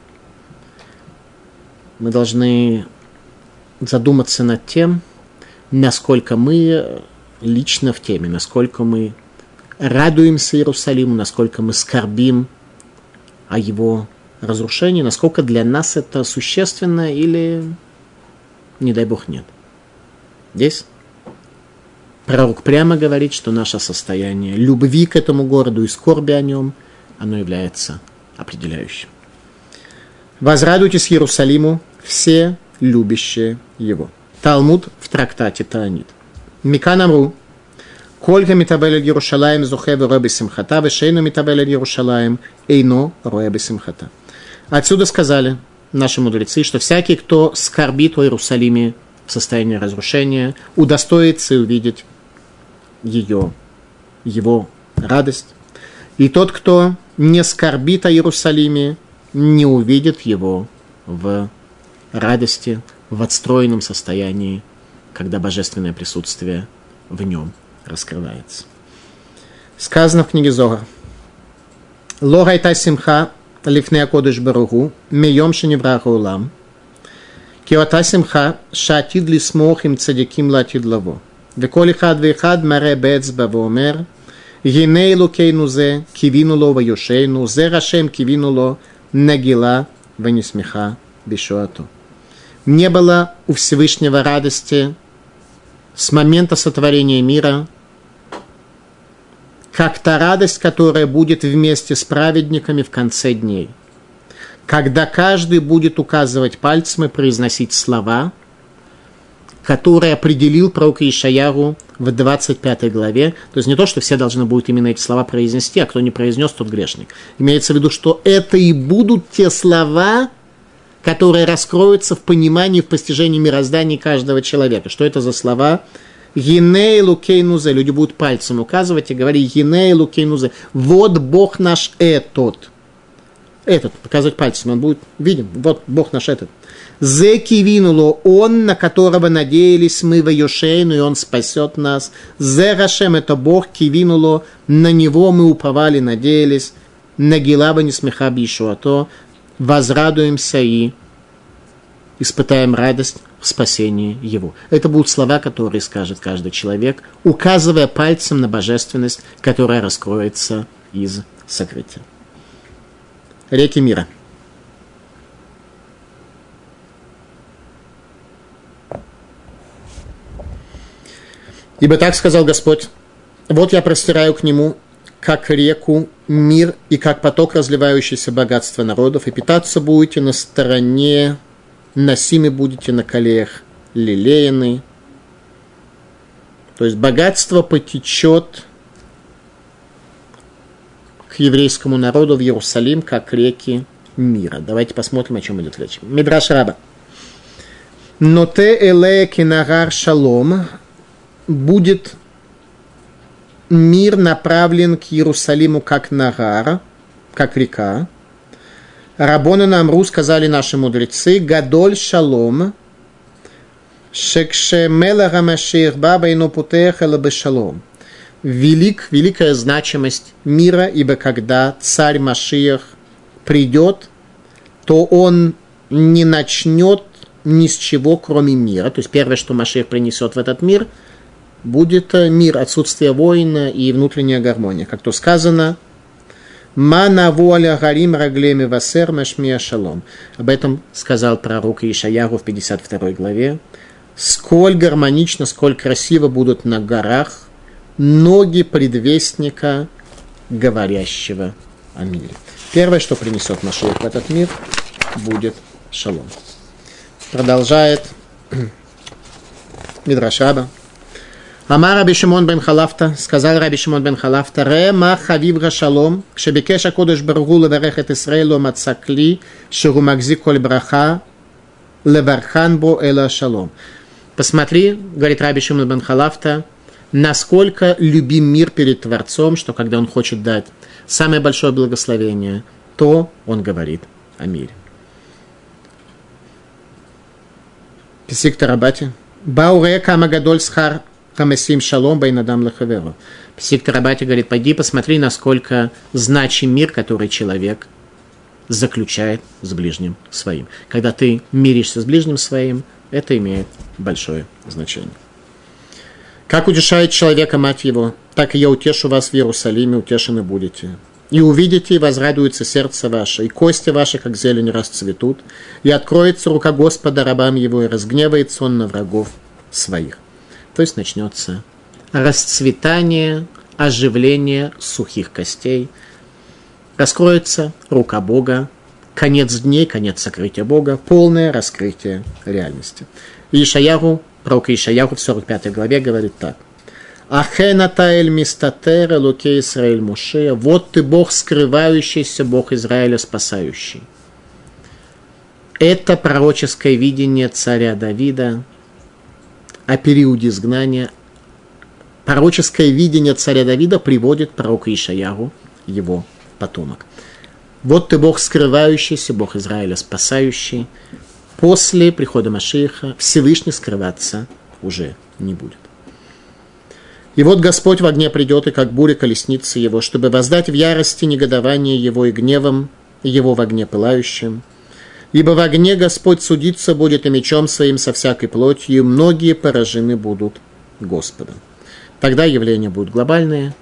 Мы должны задуматься над тем, насколько мы лично в теме, насколько мы радуемся Иерусалиму, насколько мы скорбим о его разрушении, насколько для нас это существенно или, не дай Бог, нет. Здесь пророк прямо говорит, что наше состояние любви к этому городу и скорби о нем, оно является определяющим. «Возрадуйтесь Иерусалиму, все любящие его». Талмуд в трактате Таанит. «Микан амру, колька митабель Иерушалаем зухе вроэ бесимхата, вешейну митабель Иерушалаем эйно роэ бесимхата». Отсюда сказали наши мудрецы, что всякий, кто скорбит о Иерусалиме в состоянии разрушения, удостоится увидеть ее, его радость. И тот, кто не скорбит о Иерусалиме, не увидит его в радости, в отстроенном состоянии, когда божественное присутствие в нем раскрывается. Сказано в книге Зоар: «Ло гайта симха лифней акодеш баруху, мейом шеневра хаолам, ки ота симха шаатид лисмох им цадиким лаатид лаво, векол эхад веэхад маре беэцба ואומר, הנה אלוקינו זה, קיווינו לו ויושענו, זה השם קיווינו לו, נגילה ונשמחה בשועתו». Не было у Всевышнего радости с момента сотворения мира, как та радость, которая будет вместе с праведниками в конце дней, когда каждый будет указывать пальцем и произносить слова, которые определил пророк Ишаяху в двадцать пятой главе. То есть не то, что все должны будут именно эти слова произнести, а кто не произнес, тот грешник. Имеется в виду, что это и будут те слова, которые раскроются в понимании, в постижении мироздания каждого человека. Что это за слова? «Гиней лукейнузе». Люди будут пальцем указывать и говорить: «Гиней лукейнузе». Вот Бог наш этот. Этот, показывать пальцем, он будет видим. Вот Бог наш этот. «Зе кивинуло», он, на которого надеялись мы в Йошейну, и он спасет нас. «Зе рашем», это Бог, кивинуло, на него мы уповали, надеялись. «Нагила ба нисмеха бишуато», возрадуемся и испытаем радость в спасении его. Это будут слова, которые скажет каждый человек, указывая пальцем на божественность, которая раскроется из сокрытия. Реки мира. «Ибо так сказал Господь: вот я простираю к нему, как реку, мир, и как поток, разливающийся богатство народов, и питаться будете на стороне, носимы будете на колеях лелеяны». То есть богатство потечет к еврейскому народу в Иерусалим, как реки мира. Давайте посмотрим, о чем идет речь. Мидраш Раба. «Ноте эле кинагар шалом», будет мир направлен к Иерусалиму как нагар, как река. Рабоны Намру, сказали наши мудрецы: «Гадоль шалом, шекше мелах Машиах ба бейно путех эле бешалом». Велик, великая значимость мира, ибо когда царь Машиах придет, то он не начнет ни с чего, кроме мира. То есть первое, что Машиах принесет в этот мир, будет мир, отсутствие войны и внутренняя гармония. Как то сказано, «Мана воля гарим раглеми васер машмия шалом». Об этом сказал пророк Ишаяху в пятьдесят второй главе. «Сколь гармонично, сколь красиво будут на горах ноги предвестника, говорящего о мире». Первое, что принесет Машиах в этот мир, будет шалом. Продолжает Мидраш Раба. Амар Раби Шимон бен Халафта, сказал Раби Шимон бен Халафта, «Ре ма хавивра шалом, кшебекеш акодеш баргу леверех эт Исраэлу мацакли, шеру магзи коль браха, левархан бо эла шалом». Посмотри, говорит Раби Шимон бен Халафта, насколько любим мир перед Творцом, что когда он хочет дать самое большое благословение, то он говорит о мире. Писик Тарабати. Бауре камагадоль схар хамесим шалом байнадам лахаверу. Писик Тарабати говорит, пойди посмотри, насколько значим мир, который человек заключает с ближним своим. Когда ты миришься с ближним своим, это имеет большое значение. Как утешает человека мать его, так и я утешу вас в Иерусалиме, утешены будете. И увидите, и возрадуется сердце ваше, и кости ваши, как зелень, расцветут, и откроется рука Господа рабам его, и разгневается он на врагов своих. То есть начнется расцветание, оживление сухих костей, раскроется рука Бога, конец дней, конец сокрытия Бога, полное раскрытие реальности. И Ишаяху, пророк Ишаяху в сорок пятой главе говорит так. Ахенатаэль мистатер элокей Исраэль Моше. Вот ты Бог скрывающийся, Бог Израиля спасающий. Это пророческое видение царя Давида о периоде изгнания. Пророческое видение царя Давида приводит пророка Ишаяху, его потомок. Вот ты Бог скрывающийся, Бог Израиля спасающий. После прихода Машиаха Всевышний скрываться уже не будет. И вот Господь в огне придет, и как буря колесницы его, чтобы воздать в ярости негодование его и гневом его в огне пылающим. Ибо в огне Господь судиться будет и мечом своим со всякой плотью, и многие поражены будут Господом. Тогда явления будут глобальные.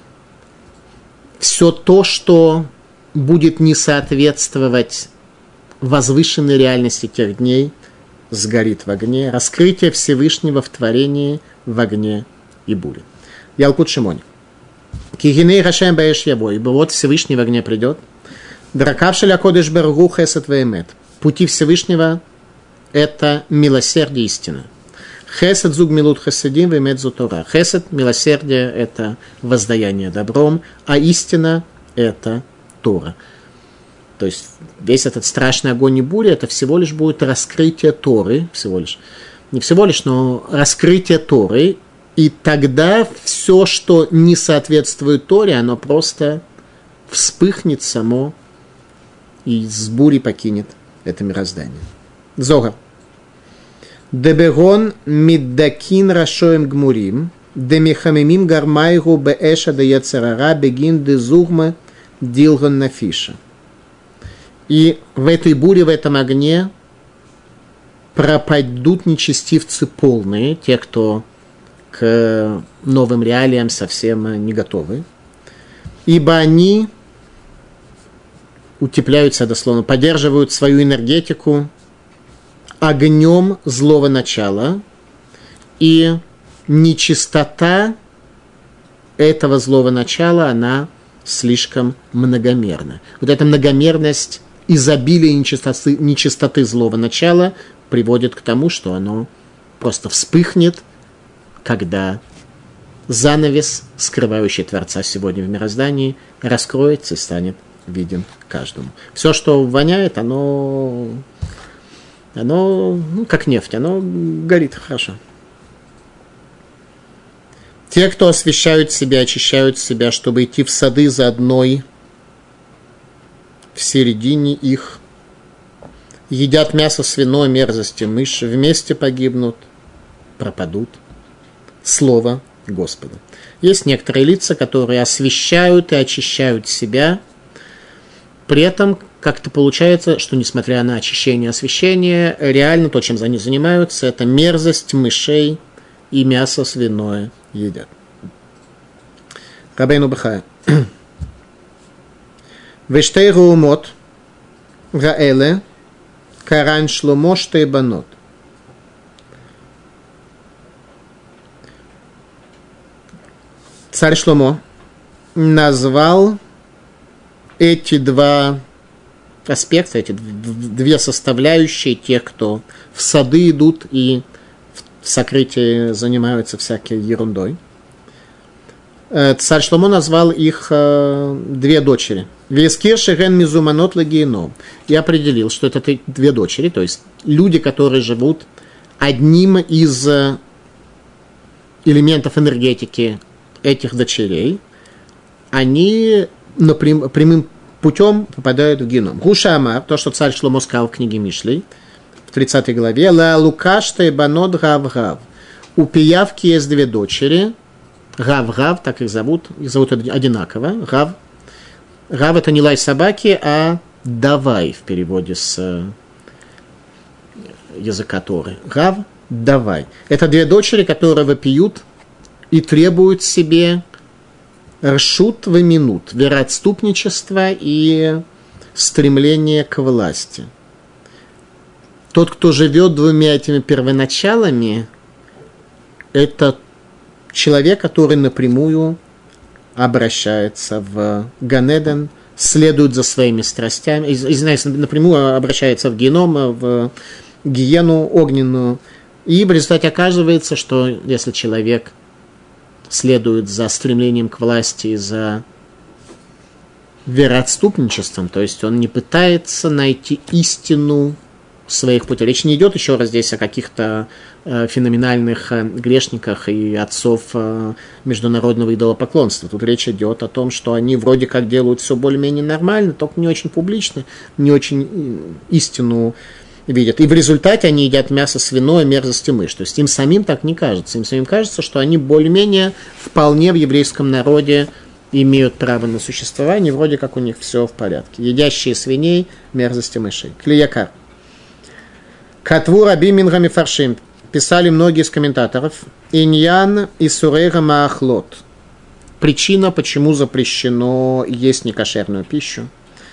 Все то, что будет не соответствовать возвышенной реальности тех дней, сгорит в огне. Раскрытие Всевышнего в творении в огне и буре. Ялкут Шимони. Кигиней Хашем баэш яво. Ибо вот Всевышний в огне придет. Дракавшеля кодеш бергу хесет вээмет. Пути Всевышнего – это милосердие истина. Хесет зуг милут хеседим вээмет зу Тора. Хесет – милосердие – это воздаяние добром, а истина – это Тора. То есть весь этот страшный огонь и буря – это всего лишь будет раскрытие Торы, всего лишь, не всего лишь, но раскрытие Торы. И тогда все, что не соответствует Торе, оно просто вспыхнет само и с бурей покинет это мироздание. Зогар. Дебегон миддакин рашоем гмурим, демихамимим гармайгу беэша де яцерара бегин де зугма дилган нафиша. И в этой буре, в этом огне пропадут нечестивцы полные, те, кто к новым реалиям совсем не готовы, ибо они утепляются, дословно, поддерживают свою энергетику огнем злого начала, и нечистота этого злого начала, она слишком многомерна. Вот эта многомерность, изобилие нечистоты, нечистоты злого начала приводит к тому, что оно просто вспыхнет, когда занавес, скрывающий Творца сегодня в мироздании, раскроется и станет виден каждому. Все, что воняет, оно, оно ну, как нефть, оно горит хорошо. Те, кто освящают себя, очищают себя, чтобы идти в сады за одной, в середине их, едят мясо свиное, мерзости, мыши, вместе погибнут, пропадут. Слово Господа. Есть некоторые лица, которые освящают и очищают себя, при этом как-то получается, что несмотря на очищение и освящение, реально то, чем они занимаются, это мерзость мышей и мясо свиное едят. Рабейну Бахая. Вештей руумот гаэле каран шломо штей банот. Царь Шломо назвал эти два аспекта, эти две составляющие тех, кто в сады идут и в сокрытии занимаются всякой ерундой. Царь Шломо назвал их две дочери. Вескир шеген мизуманот лагиеном. И определил, что это две дочери, то есть люди, которые живут одним из элементов энергетики этих дочерей, они напрям, прямым путем попадают в геном. Гуша Амар, то, что царь Шломо сказал в книге Мишлей, в тридцатой главе, «Ла лукашта и банот гав-гав». У пиявки есть две дочери, гав-гав, так их зовут, их зовут одинаково, гав. Гав – это не лай собаки, а давай в переводе с языка Торы. Гав – давай. Это две дочери, которые вопиют и требуют себе ршут в минут, вероотступничества и стремление к власти. Тот, кто живет двумя этими первоначалами, это человек, который напрямую обращается в Ганеден, следует за своими страстями, извиняюсь, напрямую обращается в геном, в гиену огненную, и в результате оказывается, что если человек следует за стремлением к власти, за вероотступничеством, то есть он не пытается найти истину своих путей. Речь не идет еще раз здесь о каких-то э, феноменальных э, грешниках и отцов э, международного идолопоклонства. Тут речь идет о том, что они вроде как делают все более-менее нормально, только не очень публично, не очень истину видят. И в результате они едят мясо свиное, мерзости мышь. То есть им самим так не кажется. Им самим кажется, что они более-менее вполне в еврейском народе имеют право на существование, вроде как у них все в порядке. Едящие свиней, мерзости мышей. Клиякар. Катву раби минга мифаршим. Писали многие из комментаторов. Иньян и сурейга маахлот. Причина, почему запрещено есть некошерную пищу.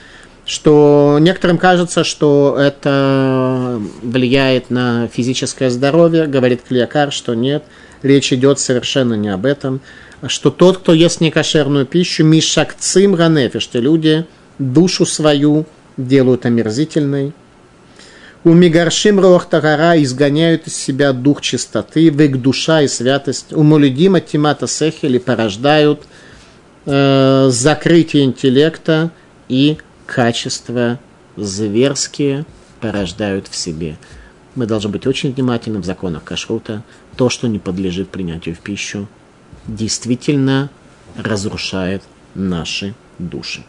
Что некоторым кажется, что это влияет на физическое здоровье. Говорит Клиякар, что нет. Речь идет совершенно не об этом. Что тот, кто ест некошерную пищу, мишакцим ганефи, что люди душу свою делают омерзительной. У мигаршим рох тагара изгоняют из себя дух чистоты, век душа и святость. У молидима тимата сехели порождают э, закрытие интеллекта и качества зверские порождают в себе. Мы должны быть очень внимательны в законах кашрута. То, что не подлежит принятию в пищу, действительно разрушает наши души.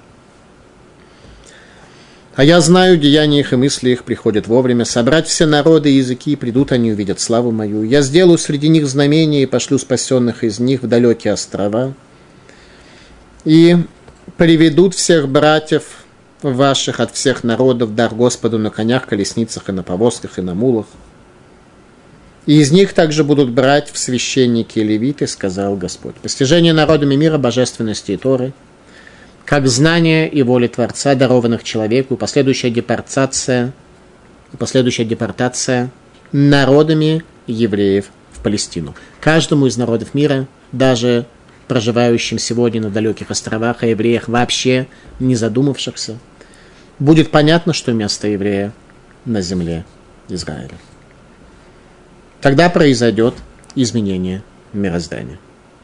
А я знаю, деяния их и мысли их приходят вовремя. Собрать все народы и языки, придут они, увидят славу мою. Я сделаю среди них знамения и пошлю спасенных из них в далекие острова. И приведут всех братьев ваших от всех народов дар Господу на конях, колесницах и на повозках и на мулах. И из них также будут брать в священники и левиты, сказал Господь. Постижение народами мира божественности и Торы, как знание и воли Творца, дарованных человеку, последующая депортация, последующая депортация народами евреев в Палестину. Каждому из народов мира, даже проживающим сегодня на далеких островах, о евреях вообще не задумавшихся, будет понятно, что место еврея на земле Израиля. Тогда произойдет изменение мироздания.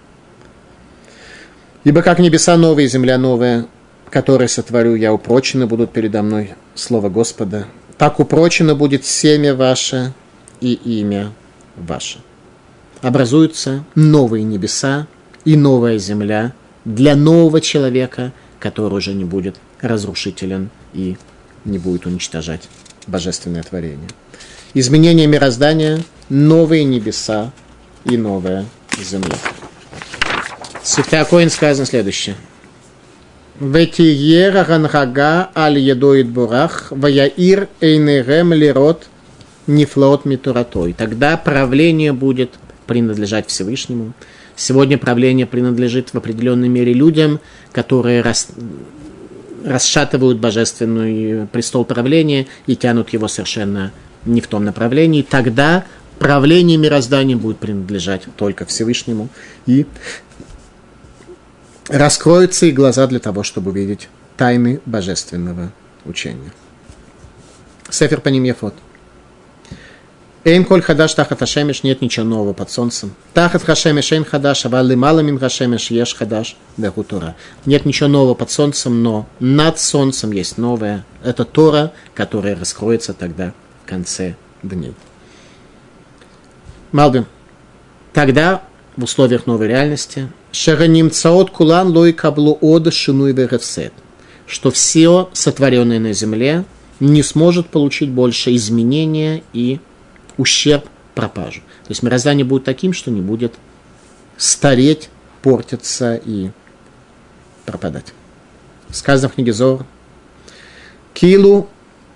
Ибо как небеса новые, земля новая, которые сотворю я, упрочены будут передо мной слово Господа, так упрочено будет семя ваше и имя ваше. Образуются новые небеса и новая земля для нового человека, который уже не будет разрушителен и не будет уничтожать божественное творение. Изменение мироздания, новые небеса и новая земля. В Сефре ха-Коэн сказано следующее. Ветиера ганхага аль едоид бурах ваяир эйнерем лирот нефлот митуратой. Тогда правление будет принадлежать Всевышнему. Сегодня правление принадлежит в определенной мере людям, которые рас... расшатывают божественный престол правления и тянут его совершенно не в том направлении. Тогда правление мироздания будет принадлежать только Всевышнему. И раскроются и глаза для того, чтобы увидеть тайны божественного учения. Сефер Паним Яфот. Эйн коль хадаш тахат хашемеш, нет ничего нового под солнцем. Тахат хашемеш эйн хадаш, авалли маламин хашемеш еш хадаш веху Тора. Нет ничего нового под солнцем, но над солнцем есть новое. Это Тора, которая раскроется тогда в конце дней. Малбим. Тогда в условиях новой реальности, шаганимцаот кулан лой каблу ода шинуй веревсет, что все сотворенное на земле не сможет получить больше изменения и ущерб, пропажу. То есть мироздание будет таким, что не будет стареть, портиться и пропадать. Сказано в книге Зоар. Килу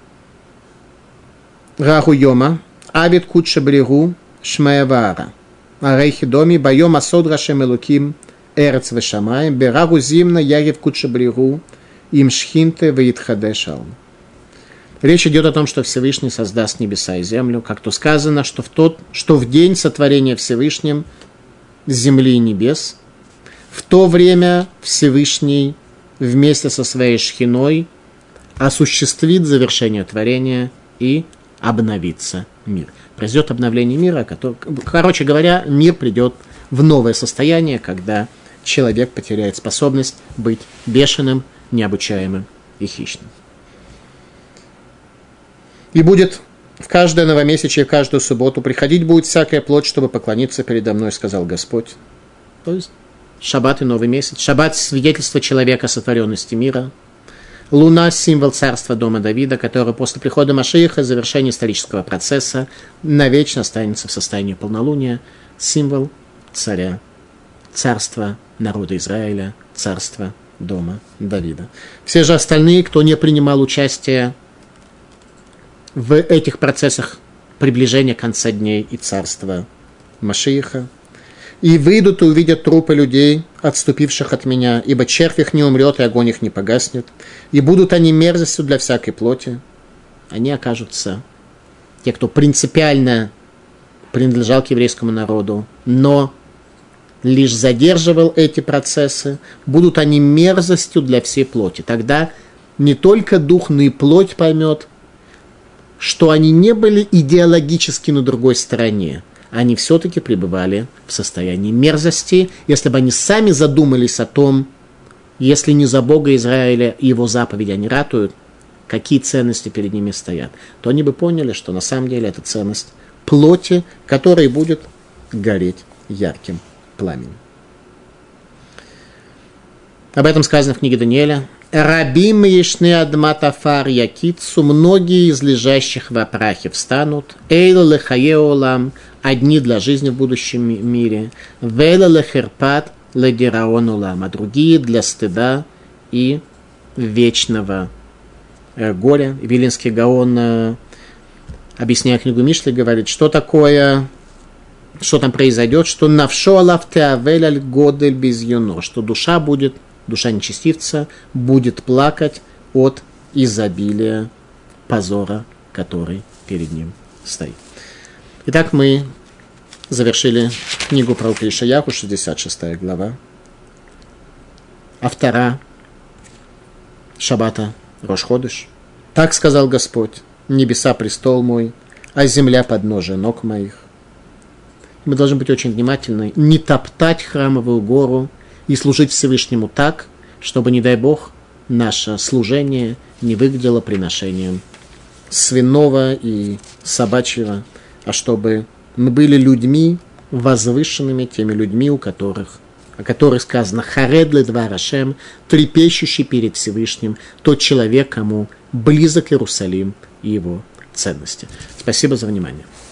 раху йома авид кутша брегу шмаевара. Арейхи доми байом асод рашем элуким эрец вешамаем берагу зимна ягев кутша брегу им шхинте веитхадешал. Речь идет о том, что Всевышний создаст небеса и землю, как то сказано, что в, тот, что в день сотворения Всевышним земли и небес, в то время Всевышний вместе со своей шхиной осуществит завершение творения и обновится мир. Произойдет обновление мира, который, короче говоря, мир придет в новое состояние, когда человек потеряет способность быть бешеным, необучаемым и хищным. И будет в каждое новомесячье, каждую субботу приходить будет всякая плоть, чтобы поклониться передо мной, сказал Господь. То есть шаббат и новый месяц. Шаббат – свидетельство человека о сотворенности мира. Луна – символ царства дома Давида, который после прихода Машиаха, завершения исторического процесса, навечно останется в состоянии полнолуния. Символ царя, царства народа Израиля, царства дома Давида. Все же остальные, кто не принимал участие в этих процессах приближения конца дней и царства Машиаха, и выйдут и увидят трупы людей, отступивших от меня, ибо червь их не умрет, и огонь их не погаснет, и будут они мерзостью для всякой плоти. Они окажутся, те, кто принципиально принадлежал к еврейскому народу, но лишь задерживал эти процессы, будут они мерзостью для всей плоти. Тогда не только дух, но и плоть поймет, что они не были идеологически на другой стороне, они все-таки пребывали в состоянии мерзости. Если бы они сами задумались о том, если не за Бога Израиля и его заповеди они ратуют, какие ценности перед ними стоят, то они бы поняли, что на самом деле это ценность плоти, которая будет гореть ярким пламенем. Об этом сказано в книге Даниэля. Рабим ешны адматафар якицу, многие из лежащих в прахе встанут. Эйла лехаеолам, одни для жизни в будущем мире. Вейла лехерпат легераонулам, а другие для стыда и вечного э, горя. Вилинский Гаон, э, объясняя книгу Мишли, говорит, что такое, что там произойдет, что навшо алав теавель аль годель без юно, что душа будет, душа нечестивца будет плакать от изобилия позора, который перед ним стоит. Итак, мы завершили книгу про Ишаяху, шестьдесят шестая глава, автора Шаббата Рош Ходеш. Так сказал Господь: небеса престол мой, а земля подножие ног моих. Мы должны быть очень внимательны, не топтать храмовую гору и служить Всевышнему так, чтобы, не дай Бог, наше служение не выглядело приношением свиного и собачьего, а чтобы мы были людьми возвышенными, теми людьми, у которых, о которых сказано «Харед ледвар Ашем», трепещущий перед Всевышним, тот человек, кому близок Иерусалим и его ценности. Спасибо за внимание.